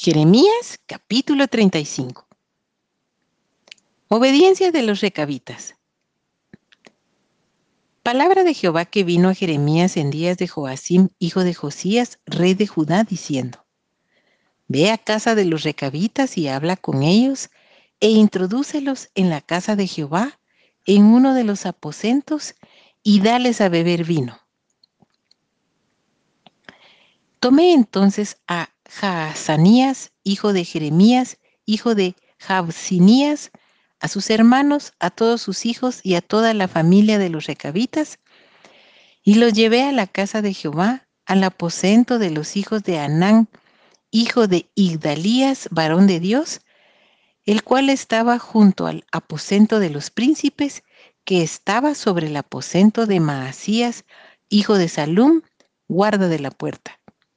Jeremías capítulo 35. Obediencia de los recabitas. Palabra de Jehová que vino a Jeremías en días de Joacim, hijo de Josías, rey de Judá, diciendo: Ve a casa de los recabitas y habla con ellos, e introdúcelos en la casa de Jehová, en uno de los aposentos, y dales a beber vino. Tomé entonces a Jaazanías, hijo de Jeremías, hijo de Jabsinías, a sus hermanos, a todos sus hijos y a toda la familia de los recabitas, y los llevé a la casa de Jehová, al aposento de los hijos de Anán, hijo de Igdalías, varón de Dios, el cual estaba junto al aposento de los príncipes, que estaba sobre el aposento de Maasías, hijo de Salum, guarda de la puerta.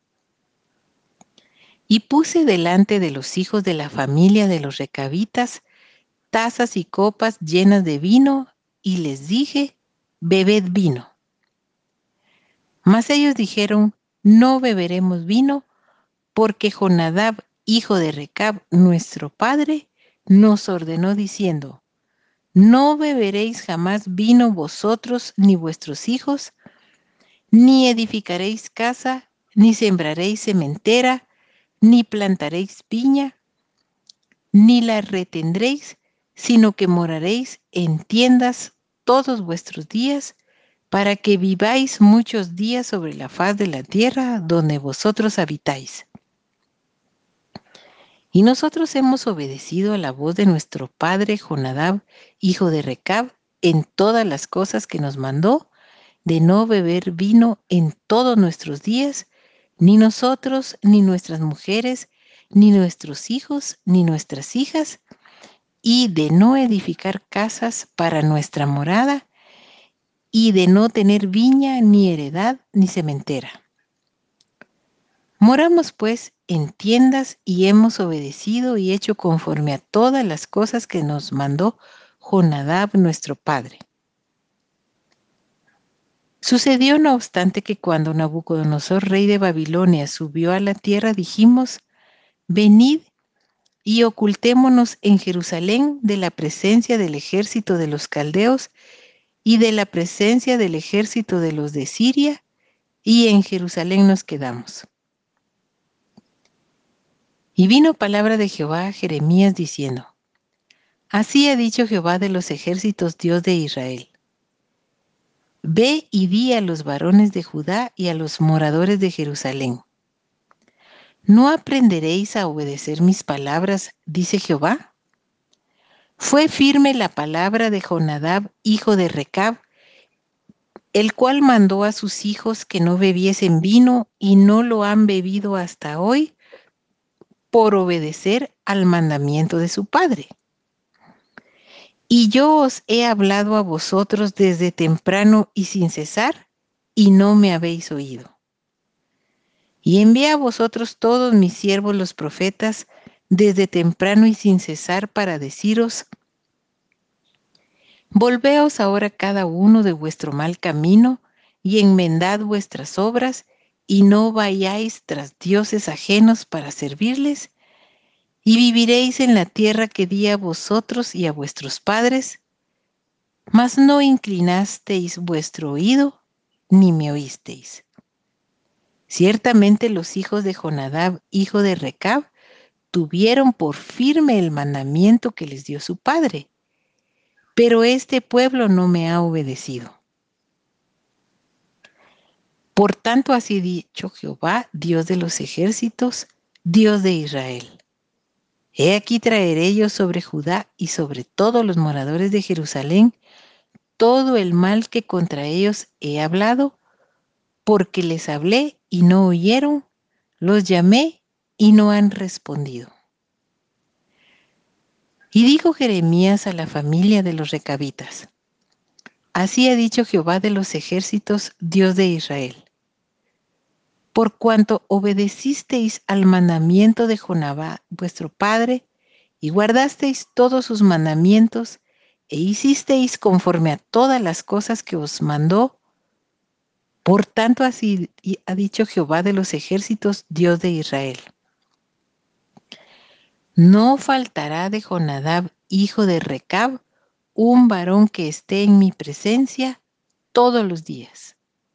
Y puse delante de los hijos de la familia de los recabitas tazas y copas llenas de vino, y les dije: bebed vino. Mas ellos dijeron: no beberemos vino, porque Jonadab, hijo de Recab, nuestro padre, nos ordenó diciendo: no beberéis jamás vino vosotros ni vuestros hijos, ni edificaréis casa, ni sembraréis sementera, ni plantaréis viña, ni la retendréis, sino que moraréis en tiendas todos vuestros días, para que viváis muchos días sobre la faz de la tierra donde vosotros habitáis. Y nosotros hemos obedecido a la voz de nuestro padre Jonadab, hijo de Recab, en todas las cosas que nos mandó, de no beber vino en todos nuestros días, ni nosotros, ni nuestras mujeres, ni nuestros hijos, ni nuestras hijas, y de no edificar casas para nuestra morada, y de no tener viña, ni heredad, ni sementera. Moramos pues en tiendas y hemos obedecido y hecho conforme a todas las cosas que nos mandó Jonadab nuestro padre. Sucedió no obstante que cuando Nabucodonosor, rey de Babilonia, subió a la tierra, dijimos: venid y ocultémonos en Jerusalén de la presencia del ejército de los caldeos y de la presencia del ejército de los de Siria, y en Jerusalén nos quedamos. Y vino palabra de Jehová a Jeremías diciendo: así ha dicho Jehová de los ejércitos, Dios de Israel: ve y di a los varones de Judá y a los moradores de Jerusalén: ¿no aprenderéis a obedecer mis palabras, dice Jehová? Fue firme la palabra de Jonadab, hijo de Recab, el cual mandó a sus hijos que no bebiesen vino, y no lo han bebido hasta hoy, por obedecer al mandamiento de su padre. Y yo os he hablado a vosotros desde temprano y sin cesar, y no me habéis oído. Y envié a vosotros todos mis siervos los profetas desde temprano y sin cesar, para deciros: volveos ahora cada uno de vuestro mal camino, y enmendad vuestras obras, y no vayáis tras dioses ajenos para servirles, y viviréis en la tierra que di a vosotros y a vuestros padres. Mas no inclinasteis vuestro oído, ni me oísteis. Ciertamente los hijos de Jonadab, hijo de Recab, tuvieron por firme el mandamiento que les dio su padre, pero este pueblo no me ha obedecido. Por tanto, así dicho Jehová, Dios de los ejércitos, Dios de Israel: he aquí traeré yo sobre Judá y sobre todos los moradores de Jerusalén todo el mal que contra ellos he hablado, porque les hablé y no oyeron, los llamé y no han respondido. Y dijo Jeremías a la familia de los recabitas: así ha dicho Jehová de los ejércitos, Dios de Israel: por cuanto obedecisteis al mandamiento de Jonadab vuestro padre, y guardasteis todos sus mandamientos, e hicisteis conforme a todas las cosas que os mandó, por tanto así ha dicho Jehová de los ejércitos, Dios de Israel: No faltará de Jonadab, hijo de Recab, un varón que esté en mi presencia todos los días.